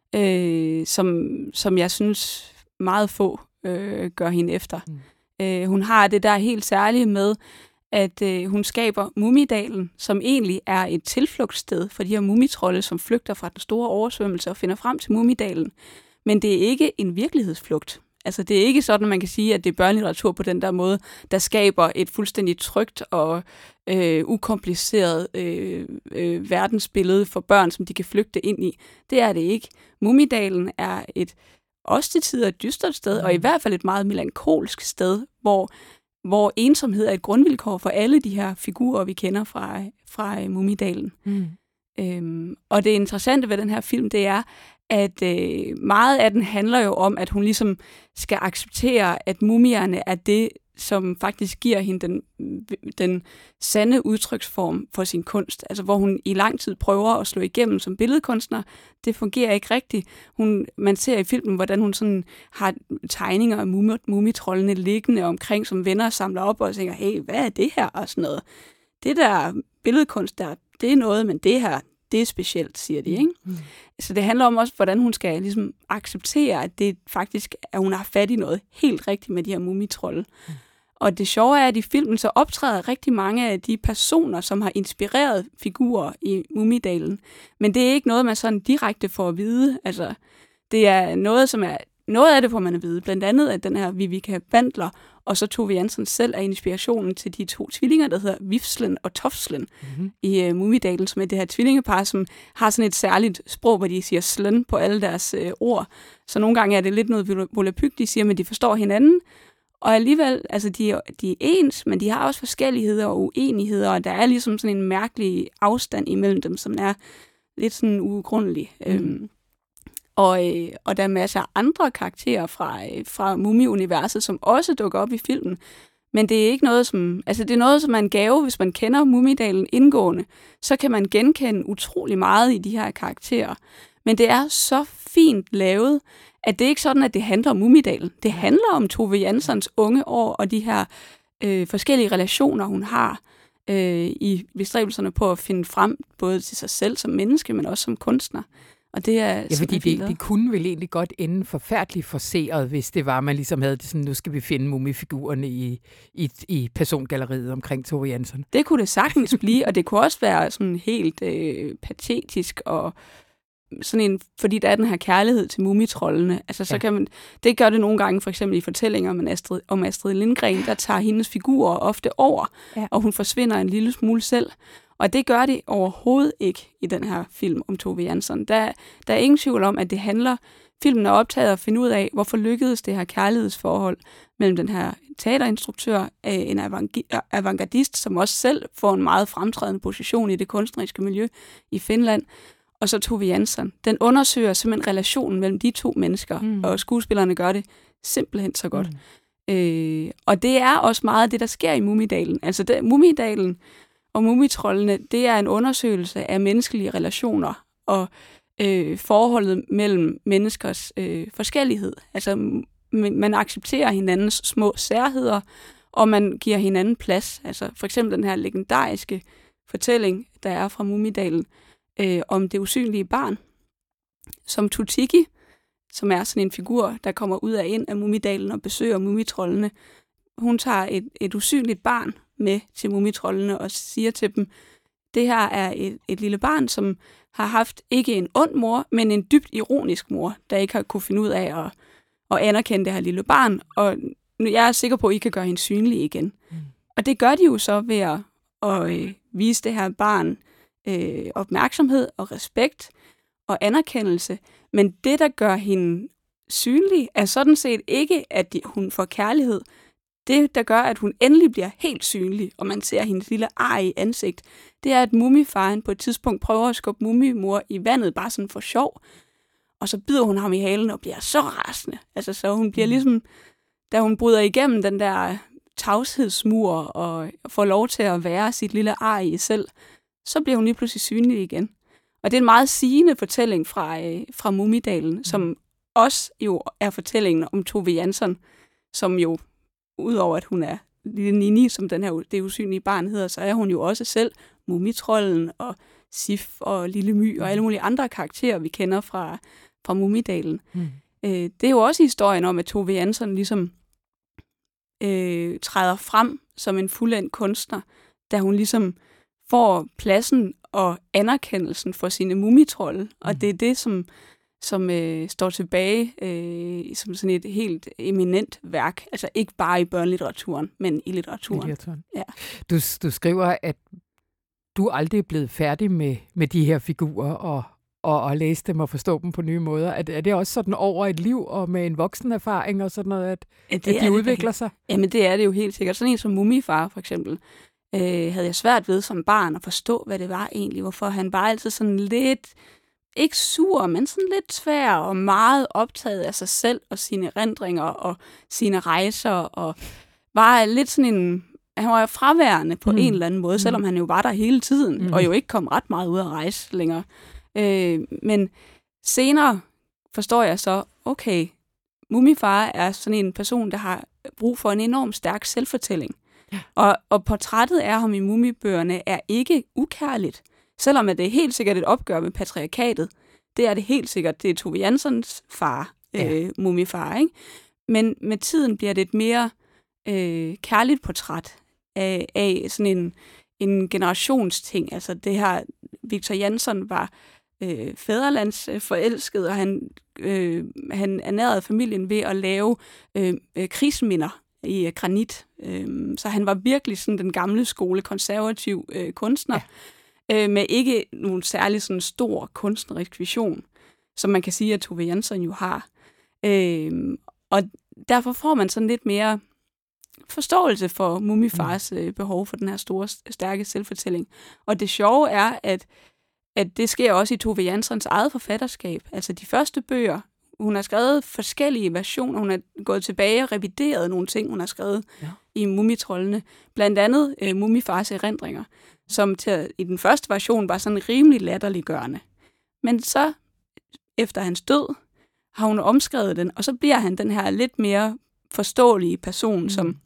øh, som, som jeg synes meget få øh, gør hende efter. Mm. Øh, hun har det der helt særlige med, at øh, hun skaber Mumidalen, som egentlig er et tilflugtssted for de her mumitrolde, som flygter fra den store oversvømmelse og finder frem til Mumidalen. Men det er ikke en virkelighedsflugt. Altså, det er ikke sådan, at man kan sige, at det er børnelitteratur på den der måde, der skaber et fuldstændig trygt og øh, ukompliceret øh, øh, verdensbillede for børn, som de kan flygte ind i. Det er det ikke. Mumidalen er et også til tider et dystert sted, og i hvert fald et meget melankolsk sted, hvor, hvor ensomhed er et grundvilkår for alle de her figurer, vi kender fra, fra Mumidalen. Mm. Øhm, og det interessante ved den her film, det er, at øh, meget af den handler jo om, at hun ligesom skal acceptere, at mumierne er det, som faktisk giver hende den, den sande udtryksform for sin kunst. Altså hvor hun i lang tid prøver at slå igennem som billedkunstner. Det fungerer ikke rigtigt. Hun, man ser i filmen, hvordan hun sådan har tegninger af mumitrollene liggende omkring, som venner samler op og tænker, hey, hvad er det her? Og sådan noget. Det der billedkunst der, det er noget, men det her, det er specielt, siger de, ikke? Mm. Så det handler om også, hvordan hun skal ligesom acceptere, at det faktisk, at hun har fat i noget helt rigtigt med de her mumitrolde. Mm. Og det sjove er, at i filmen så optræder rigtig mange af de personer, som har inspireret figurer i Mumidalen. Men det er ikke noget, man sådan direkte får at vide. Altså, det er noget, som er noget af det, får man at vide. Blandt andet, at den her Vivica Bandler og så Tove Jansson selv er inspirationen til de to tvillinger, der hedder Vifslen og Tofslen mm-hmm. i uh, Mumidalen, som er det her tvillingepar, som har sådan et særligt sprog, hvor de siger slen på alle deres uh, ord. Så nogle gange er det lidt noget volapyk, de siger, men de forstår hinanden. Og alligevel, altså de er, de er ens, men de har også forskelligheder og uenigheder, og der er ligesom sådan en mærkelig afstand imellem dem, som er lidt sådan ugrundelig. Mm. Øhm, og, øh, og der er masser af andre karakterer fra, øh, fra Mumie-universet, som også dukker op i filmen. Men det er ikke noget, som, altså det er noget, som er en gave, hvis man kender Mumidalen indgående, så kan man genkende utrolig meget i de her karakterer. Men det er så fint lavet, at det ikke sådan, at det handler om Mumidalen. Det handler om Tove Janssons unge år og de her øh, forskellige relationer, hun har øh, i bestræbelserne på at finde frem, både til sig selv som menneske, men også som kunstner. Og det er ja, fordi det, det kunne vel egentlig godt ende forfærdeligt forseret, hvis det var, man ligesom havde det sådan, nu skal vi finde mumifigurerne i, i, i persongalleriet omkring Tove Jansson. Det kunne det sagtens blive, og det kunne også være sådan helt øh, patetisk og sådan en, fordi der er den her kærlighed til mumitrollene. Altså, så ja. kan man, det gør det nogle gange, for eksempel i fortællinger om Astrid, om Astrid Lindgren, der tager hendes figurer ofte over, ja. og hun forsvinder en lille smule selv. Og det gør det overhovedet ikke i den her film om Tove Jansson. Der, der er ingen tvivl om, at det handler, filmen er optaget at finde ud af, hvorfor lykkedes det her kærlighedsforhold mellem den her teaterinstruktør, en avantgardist, som også selv får en meget fremtrædende position i det kunstneriske miljø i Finland, og så Tove Jansson. Den undersøger simpelthen relationen mellem de to mennesker, mm. og skuespillerne gør det simpelthen så godt. Mm. Øh, og det er også meget det, der sker i Mumidalen. Altså det, Mumidalen og mumitrollene, det er en undersøgelse af menneskelige relationer og øh, forholdet mellem menneskers øh, forskellighed. Altså man accepterer hinandens små særheder, og man giver hinanden plads. Altså for eksempel den her legendariske fortælling, der er fra Mumidalen, øh, om det usynlige barn, som Tutiki, som er sådan en figur, der kommer ud af ind af Mumidalen og besøger mumitrollene. Hun tager et, et usynligt barn med til mumitrollene og siger til dem, det her er et, et lille barn, som har haft ikke en ond mor, men en dybt ironisk mor, der ikke har kunne finde ud af at, at anerkende det her lille barn. Og jeg er sikker på, at I kan gøre hende synlig igen. Mm. Og det gør de jo så ved at, at øh, vise det her barn øh, opmærksomhed og respekt og anerkendelse. Men det, der gør hende synlig, er sådan set ikke, at de, hun får kærlighed. Det, der gør, at hun endelig bliver helt synlig, og man ser hendes lille ar i ansigt, det er, at mumifaren på et tidspunkt prøver at skubbe mumimor i vandet, bare sådan for sjov. Og så bider hun ham i halen og bliver så rasende. Altså, så hun bliver ligesom, da hun bryder igennem den der tavshedsmur og får lov til at være sit lille ar i selv, så bliver hun lige pludselig synlig igen. Og det er en meget sigende fortælling fra, øh, fra Mumidalen, som også jo er fortællingen om Tove Jansson, som jo, udover at hun er lille Nini, som den her, det usynlige barn hedder, så er hun jo også selv Mumitrollen og Sif og Lille My og alle mulige andre karakterer, vi kender fra, fra Mumidalen. Mm. Øh, det er jo også historien om, at Tove Jansson ligesom øh, træder frem som en fuldendt kunstner, da hun ligesom får pladsen og anerkendelsen for sine mumitrolde. Mm. Og det er det, som, som øh, står tilbage øh, som sådan et helt eminent værk. Altså ikke bare i børnelitteraturen, men i litteraturen. I litteraturen. Ja. Du, du skriver, at du aldrig er blevet færdig med, med de her figurer og, og, og læse dem og forstå dem på nye måder. Er, er det også sådan over et liv og med en voksen erfaring og sådan noget, at, ja, at de udvikler sig? Jamen det er det jo helt sikkert. Sådan en som Mumifar for eksempel, øh, havde jeg svært ved som barn at forstå, hvad det var egentlig. Hvorfor han bare altid sådan lidt, ikke sur, men sådan lidt svær og meget optaget af sig selv og sine erindringer og sine rejser. Og var lidt sådan en, han var jo fraværende på mm. en eller anden måde, selvom han jo var der hele tiden, mm. og jo ikke kom ret meget ud at rejse længere. Øh, men senere forstår jeg så, okay, Mumifar er sådan en person, der har brug for en enorm stærk selvfortælling. Ja. Og, og portrættet af ham i mumibøgerne er ikke ukærligt, selvom at det er helt sikkert et opgør med patriarkatet. Det er det helt sikkert. Det er Tove Janssons far, ja. øh, Mumifar, ikke? Men med tiden bliver det et mere øh, kærligt portræt af, af sådan en, en generationsting. Altså det her, Victor Jansson var øh, fædrelandsforelsket, og han, øh, han ernærede familien ved at lave øh, øh, krigsminder i øh, granit. Øh, så han var virkelig sådan den gamle skole, konservativ øh, kunstner, ja. øh, med ikke nogen særlig sådan stor kunstnerisk vision, som man kan sige, at Tove Jansson jo har. Øh, og derfor får man sådan lidt mere forståelse for Mumifars øh, behov for den her store, stærke selvfortælling. Og det sjove er, at, at det sker også i Tove Janssons eget forfatterskab. Altså de første bøger, hun har skrevet forskellige versioner, hun har gået tilbage og revideret nogle ting, hun har skrevet ja. i Mumitrollene. Blandt andet øh, Mumifars erindringer, som til, i den første version var sådan rimelig latterliggørende. Men så, efter hans død, har hun omskrevet den, og så bliver han den her lidt mere forståelige person, mm. som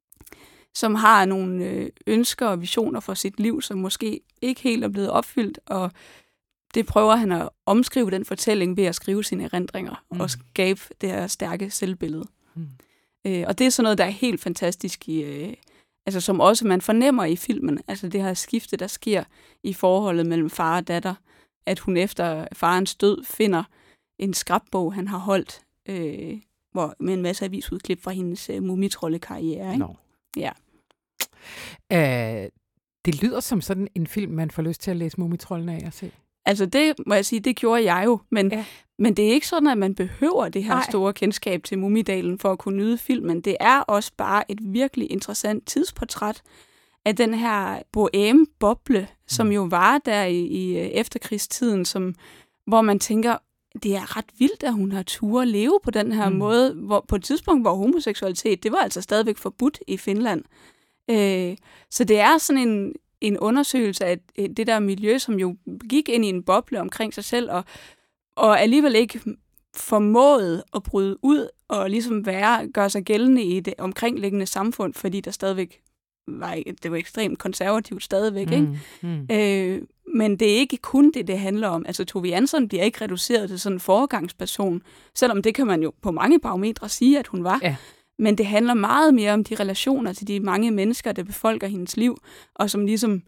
som har nogle øh, ønsker og visioner for sit liv, som måske ikke helt er blevet opfyldt, og det prøver han at omskrive den fortælling ved at skrive sine erindringer mm. og skabe det her stærke selvbillede. Mm. Øh, og det er sådan noget, der er helt fantastisk, i, øh, altså som også man fornemmer i filmen, altså det her skifte, der sker i forholdet mellem far og datter, at hun efter farens død finder en skrabbog, han har holdt, øh, hvor, med en masse avisudklip fra hendes øh, mumitrollekarriere. Ikke? No. Ja. Uh, det lyder som sådan en film, man får lyst til at læse Mumitrollen af og se. Altså det må jeg sige, det gjorde jeg jo, men, ja. men det er ikke sådan, at man behøver det her Ej. store kendskab til Mumidalen for at kunne nyde filmen. Det er også bare et virkelig interessant tidsportræt af den her bohème-boble, mm. som jo var der i, i efterkrigstiden, som, hvor man tænker, det er ret vildt, at hun har tur at leve på den her mm. måde, hvor, på et tidspunkt, hvor homoseksualitet, det var altså stadigvæk forbudt i Finland. Øh, så det er sådan en, en undersøgelse af det der miljø, som jo gik ind i en boble omkring sig selv, og, og alligevel ikke formåede at bryde ud og ligesom være, gøre sig gældende i det omkringliggende samfund, fordi der stadigvæk var, det var ekstremt konservativt stadigvæk, ikke? Mm, mm. Øh, men det er ikke kun det, det handler om. Altså Tove Jansson bliver ikke reduceret til sådan en foregangsperson, selvom det kan man jo på mange parametre sige, at hun var. Ja. Men det handler meget mere om de relationer til de mange mennesker, der befolker hendes liv, og som ligesom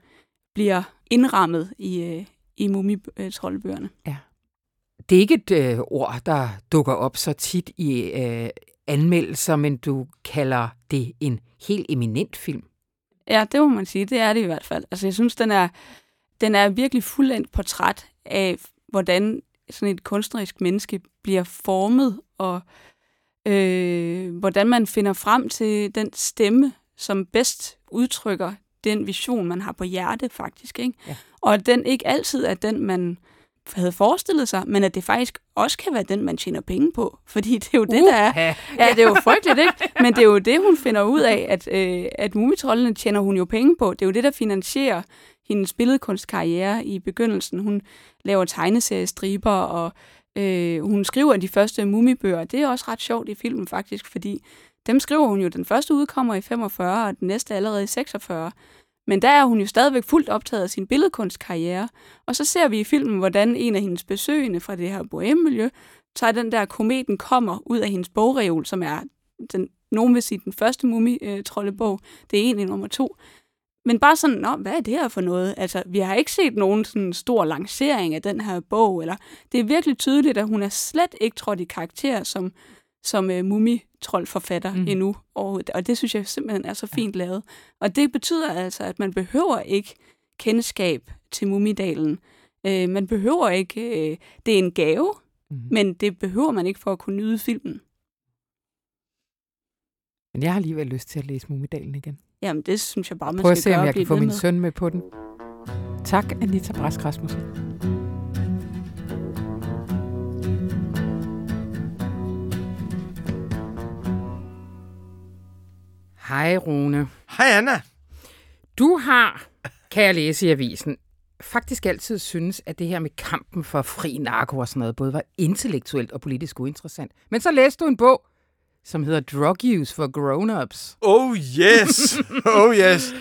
bliver indrammet i, øh, i mumitroldebøgerne. Ja. Det er ikke et øh, ord, der dukker op så tit i øh, anmeldelser, men du kalder det en helt eminent film. Ja, det må man sige. Det er det i hvert fald. Altså, jeg synes, den er, den er virkelig fuldendt portræt af, hvordan sådan et kunstnerisk menneske bliver formet, og øh, hvordan man finder frem til den stemme, som bedst udtrykker den vision, man har på hjerte, faktisk. Ikke? Ja. Og at den ikke altid er den, man havde forestillet sig, men at det faktisk også kan være den, man tjener penge på. Fordi det er jo det, uh, der er. Ja, det er jo frygteligt, ikke? Men det er jo det, hun finder ud af, at, øh, at mumitrollene tjener hun jo penge på. Det er jo det, der finansierer hendes billedkunstkarriere i begyndelsen. Hun laver tegneseriestriber, og øh, hun skriver de første mumibøger. Det er også ret sjovt i filmen, faktisk, fordi dem skriver hun jo. Den første udkommer i femogfyrre, og den næste allerede i seksogfyrre. Men der er hun jo stadigvæk fuldt optaget af sin billedkunstkarriere. Og så ser vi i filmen, hvordan en af hendes besøgende fra det her bohème-miljø tager den der kometen kommer ud af hendes bogreol, som er, den, nogen vil sige, den første mumitroldebog. Det er egentlig nummer to. Men bare sådan, nå, hvad er det her for noget? Altså, vi har ikke set nogen sådan stor lancering af den her bog. Eller det er virkelig tydeligt, at hun er slet ikke trådt i karakter som som uh, mumitroldforfatter mm. endnu. Og, og det synes jeg simpelthen er så fint ja. lavet. Og det betyder altså, at man behøver ikke kendskab til Mumidalen. Uh, man behøver ikke... Uh, det er en gave, mm. men det behøver man ikke for at kunne nyde filmen. Men jeg har alligevel lyst til at læse Mumidalen igen. Jamen, det synes jeg bare, man Prøv skal gøre. Prøv at se, om jeg kan få min med. søn med på den. Tak, Anita Brask Rasmussen. Hej, Rune. Hej, Anna. Du har, kan jeg læse i avisen, faktisk altid synes, at det her med kampen for fri narko og sådan noget, både var intellektuelt og politisk uinteressant. Men så læste du en bog, som hedder Drug Use for Grown-Ups. Oh yes, oh yes,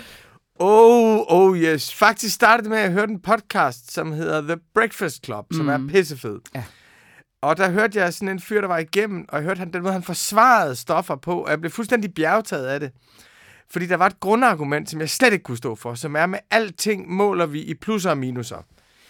oh, oh yes. Faktisk startede det med, at jeg hørte en podcast, som hedder The Breakfast Club, som mm. er pissefed. Ja. Og der hørte jeg sådan en fyr, der var igennem, og jeg hørte han, den måde, han forsvarede stoffer på, og jeg blev fuldstændig bjergtaget af det. Fordi der var et grundargument, som jeg slet ikke kunne stå for, som er, med alting måler vi i plusser og minuser.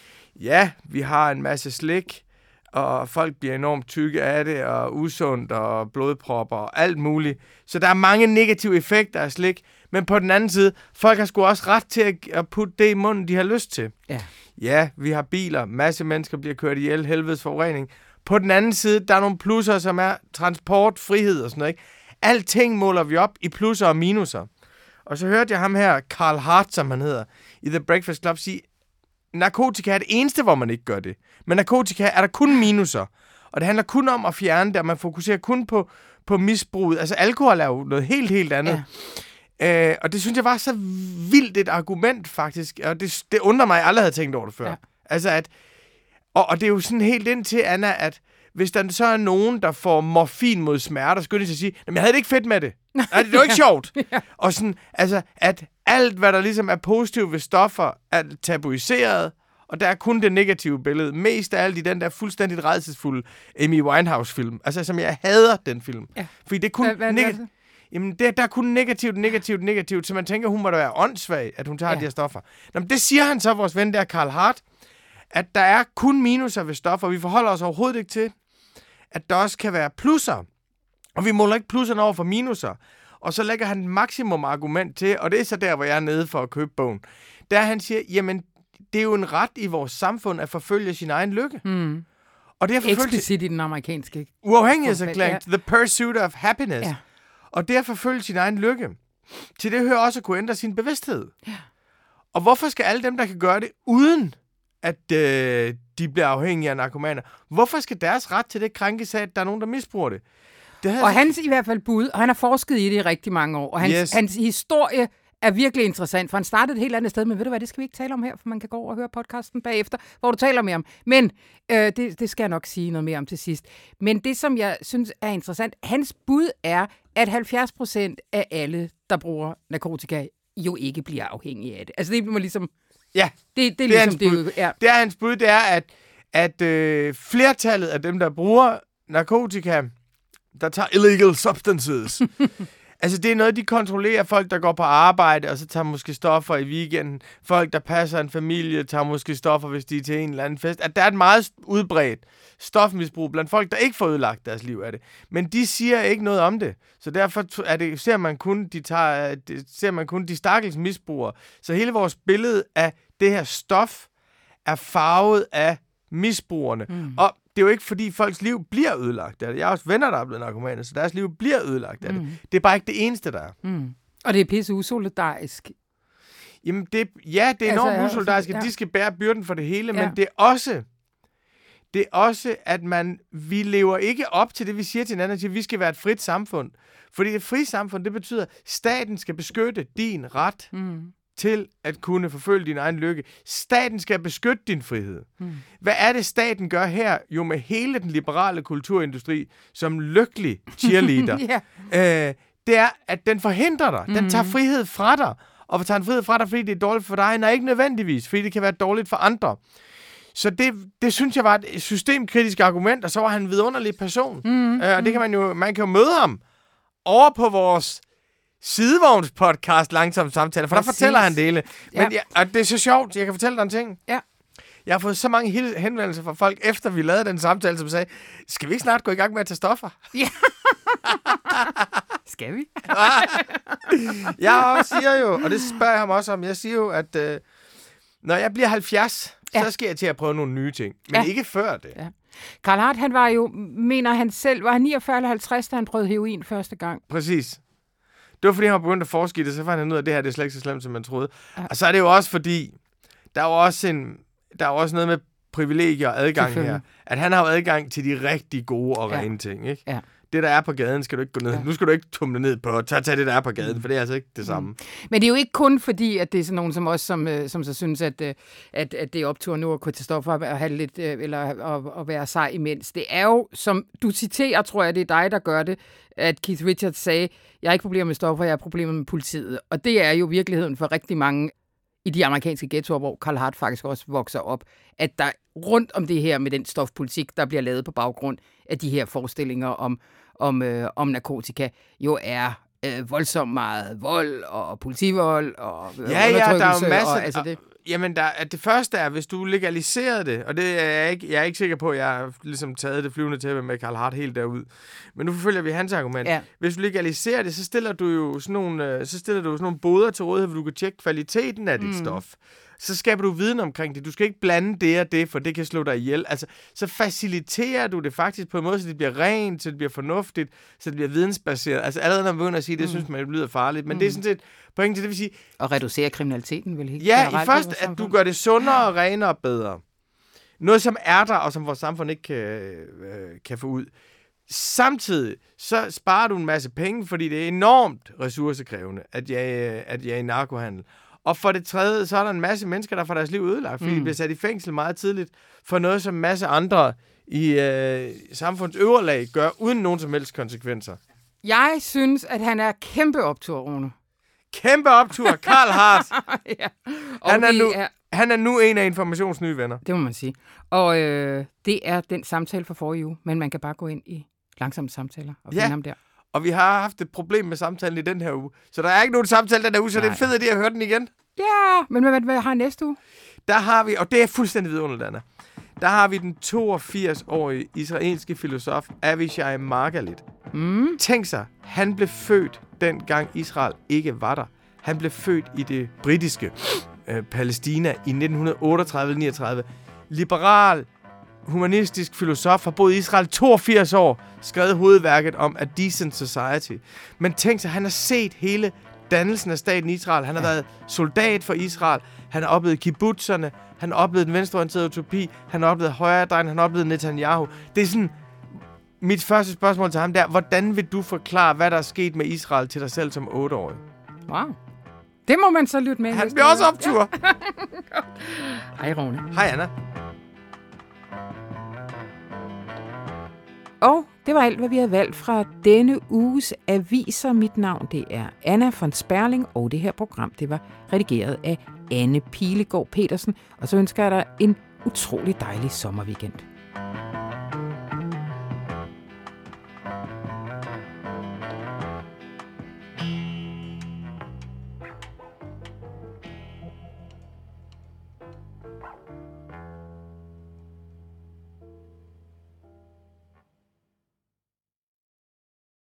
Ja, vi har en masse slik, og folk bliver enormt tykke af det, og usundt, og blodpropper, og alt muligt. Så der er mange negative effekter af slik, men på den anden side, folk har sgu også ret til at putte det i munden, de har lyst til. Ja, ja vi har biler, masse mennesker bliver kørt ihjel, helvedes forurening. På den anden side, der er nogle plusser, som er transport, frihed og sådan noget, ikke? Alting måler vi op i plusser og minuser. Og så hørte jeg ham her, Carl Hart, som han hedder, i The Breakfast Club, sige, narkotika er det eneste, hvor man ikke gør det. Men narkotika er der kun minuser. Og det handler kun om at fjerne det, og man fokuserer kun på, på misbruget. Altså alkohol er jo noget helt, helt andet. Ja. Øh, og det synes jeg var så vildt et argument, faktisk. Og det, det undrer mig, at jeg aldrig havde tænkt over det før. Ja. Altså at... Og, og det er jo sådan helt indtil, Anna, at hvis der så er nogen, der får morfin mod smerter, så skulle de til at sige, jamen jeg havde det ikke fedt med det. Nej, det var ikke sjovt. Ja. Og sådan, altså, at alt, hvad der ligesom er positivt ved stoffer, er tabuiseret, og der er kun det negative billede. Mest af alt i den der fuldstændigt rædselsfulde Amy Winehouse-film. Altså, som jeg hader den film. Ja. Fordi det er kun negativt. Jamen, det, der er kun negativt, negativt, negativt, så man tænker, hun må da være åndssvag, at hun tager ja. de her stoffer. Nå, men det siger han så, vores ven der, Carl Hart, at der er kun minuser ved stoffer. Vi forholder os overhovedet ikke til, at der også kan være plusser. Og vi måler ikke plusserne over for minuser. Og så lægger han et maksimum argument til, og det er så der, hvor jeg er nede for at købe bogen. Der han siger, jamen, det er jo en ret i vores samfund at forfølge sin egen lykke. Mm. Og det er forfølge... Eksplicit i den amerikanske... Uafhængighedserklæring, ja. The Pursuit of Happiness. Ja. Og det er at forfølge sin egen lykke. Til det hører også at kunne ændre sin bevidsthed. Ja. Og hvorfor skal alle dem, der kan gøre det, uden at øh, de bliver afhængige af narkomaner, hvorfor skal deres ret til det krænkes af, at der er nogen, der misbruger det? det og så... hans i hvert fald bud, og han har forsket i det i rigtig mange år, og hans, yes. hans historie er virkelig interessant, for han startede et helt andet sted, men ved du hvad, det skal vi ikke tale om her, for man kan gå over og høre podcasten bagefter, hvor du taler mere om. Men øh, det, det skal jeg nok sige noget mere om til sidst. Men det, som jeg synes er interessant, hans bud er, at halvfjerds procent af alle, der bruger narkotika, jo ikke bliver afhængige af det. Altså det må ligesom... Ja, det, det, er det, er ligesom, det, det, er. det er hans bud, det er, at, at øh, flertallet af dem, der bruger narkotika, der tager illegal substances, Altså, det er noget, de kontrollerer. Folk, der går på arbejde, og så tager måske stoffer i weekenden. Folk, der passer en familie, tager måske stoffer, hvis de er til en eller anden fest. At der er et meget udbredt stofmisbrug blandt folk, der ikke får ødelagt deres liv af det. Men de siger ikke noget om det. Så derfor er det, ser man kun de, tager, det, ser man kun de stakkels misbrugere. Så hele vores billede af det her stof er farvet af misbrugerne. Mm. Og det er jo ikke, fordi folks liv bliver ødelagt af det. Jeg har også venner, der er blevet narkomaner, så deres liv bliver ødelagt af mm. det. Det er bare ikke det eneste, der er. Mm. Og det er pisse usolidarisk. Jamen, det, ja, det er enormt altså, usolidarisk, at ja. de skal bære byrden for det hele, ja. men det er også... Det er også, at man, vi lever ikke op til det, vi siger til hinanden, at vi skal være et frit samfund. Fordi det frie samfund, det betyder, at staten skal beskytte din ret mm. til at kunne forfølge din egen lykke. Staten skal beskytte din frihed. Mm. Hvad er det, staten gør her? Jo, med hele den liberale kulturindustri som lykkelig cheerleader. yeah. øh, det er, at den forhindrer dig. Den mm. tager frihed fra dig. Og tager en frihed fra dig, fordi det er dårligt for dig, nej, ikke nødvendigvis, fordi det kan være dårligt for andre. Så det, det synes jeg var et systemkritisk argument, og så var han en vidunderlig person. Mm, øh, og det kan man jo, man kan jo møde ham over på vores sidevognspodcast Langsomme Samtaler, for Præcis. Der fortæller han det hele. Men ja. Ja, og det er så sjovt, jeg kan fortælle dig en ting. Ja. Jeg har fået så mange henvendelser fra folk, efter vi lavede den samtale, som sagde, skal vi ikke snart gå i gang med at tage stoffer? Ja. Skal vi? Jeg også siger jo, og det spørger jeg ham også om, jeg siger jo, at øh, når jeg bliver halvfjerds, ja. så skal jeg til at prøve nogle nye ting. Men ja. ikke før det. Ja. Carl Hart, han var jo, mener han selv, var han niogfyrre eller halvtreds, da han prøvede heroin første gang? Præcis. Det var fordi, han var begyndt at forske i det, så fandt han ud af, at det her det er slet ikke så slemt, som man troede. Ja. Og så er det jo også fordi, der er jo også, en, der er også noget med privilegier og adgang her. At han har jo adgang til de rigtig gode og rene ja. ting, ikke? Ja. Det, der er på gaden, skal du ikke gå ned. Ja. Nu skal du ikke tumle ned på. Tag, tag det, der er på gaden, for det er altså ikke det samme. Mm. Men det er jo ikke kun fordi, at det er sådan nogen som os, som, som så synes, at, at, at det er optur nu at gå til stoffer og have lidt, eller at, at være sej imens. Det er jo, som du citerer, tror jeg, det er dig, der gør det, at Keith Richards sagde, jeg har ikke problemer med stoffer, jeg har problemer med politiet. Og det er jo virkeligheden for rigtig mange i de amerikanske ghettoer, hvor Carl Hart faktisk også vokser op, at der rundt om det her med den stofpolitik, der bliver lavet på baggrund af de her forestillinger om, om, øh, om narkotika, jo er øh, voldsomt meget vold og politivold og øh, ja, ja, der er jo masser. Og, altså det. Jamen, der, at det første er, hvis du legaliserer det, og det er jeg ikke, jeg er ikke sikker på, at jeg har ligesom taget det flyvende tæppe med Carl Hart helt derud. Men nu forfølger vi hans argument. Ja. Hvis du legaliserer det, så stiller du jo sådan nogle, så stiller du sådan nogle boder til rådighed, hvor du kan tjekke kvaliteten af dit mm. stof. Så skaber du viden omkring det. Du skal ikke blande det og det, for det kan slå dig ihjel. Altså, så faciliterer du det faktisk på en måde, så det bliver rent, så det bliver fornuftigt, så det bliver vidensbaseret. Altså allerede når man begynder at sige, det mm. synes man, det lyder farligt. Men mm. det er sådan set pointen til det, vil sige... Og reducere kriminaliteten, vel helt ja, i først, at du gør det sundere, renere og bedre. Noget, som er der, og som vores samfund ikke kan, øh, kan få ud. Samtidig så sparer du en masse penge, fordi det er enormt ressourcekrævende, at jeg, at jeg er i narkohandel. Og for det tredje, så er der en masse mennesker, der får deres liv ødelagt, fordi mm. de bliver sat i fængsel meget tidligt for noget, som en masse andre i øh, samfundets øvre lag gør, uden nogen som helst konsekvenser. Jeg synes, at han er kæmpe optur, Rune. Kæmpe optur, Carl Hart. ja. han, er nu, er... han er nu en af Informations nye venner. Det må man sige. Og øh, det er den samtale fra forrige uge, men man kan bare gå ind i Langsomme Samtaler og finde ja. ham der. Og vi har haft et problem med samtalen i den her uge. Så der er ikke nogen samtale den her uge, så Nej. det er fedt, at jeg høre den igen. Ja, men hvad, hvad har næste uge? Der har vi, og det er fuldstændig vidunderligt, Anna. Der har vi den toogfirs-årige israelske filosof Avishai Margalit. Mm. Tænk sig, han blev født dengang Israel ikke var der. Han blev født i det britiske øh, Palæstina i nitten otteogtredive til niogtredive. Liberal, humanistisk filosof, har boet i Israel toogfirs år, skrevet hovedværket om A Decent Society. Men tænk sig, han har set hele dannelsen af staten Israel. Han har ja. været soldat for Israel. Han har oplevet kibbutzerne. Han har oplevet den venstreorienterede utopi. Han har oplevet højredrejning. Han har oplevet Netanyahu. Det er sådan... Mit første spørgsmål til ham der, hvordan vil du forklare, hvad der er sket med Israel til dig selv som otteårig? Wow. Det må man så lytte med. Han bliver også optur. Ja. Hej, Rune. Hej, Anna. Og det var alt, hvad vi havde valgt fra denne uges aviser. Mit navn, det er Anna von Sperling, og det her program, det var redigeret af Anne Pilegaard Petersen. Og så ønsker jeg dig en utrolig dejlig sommerweekend.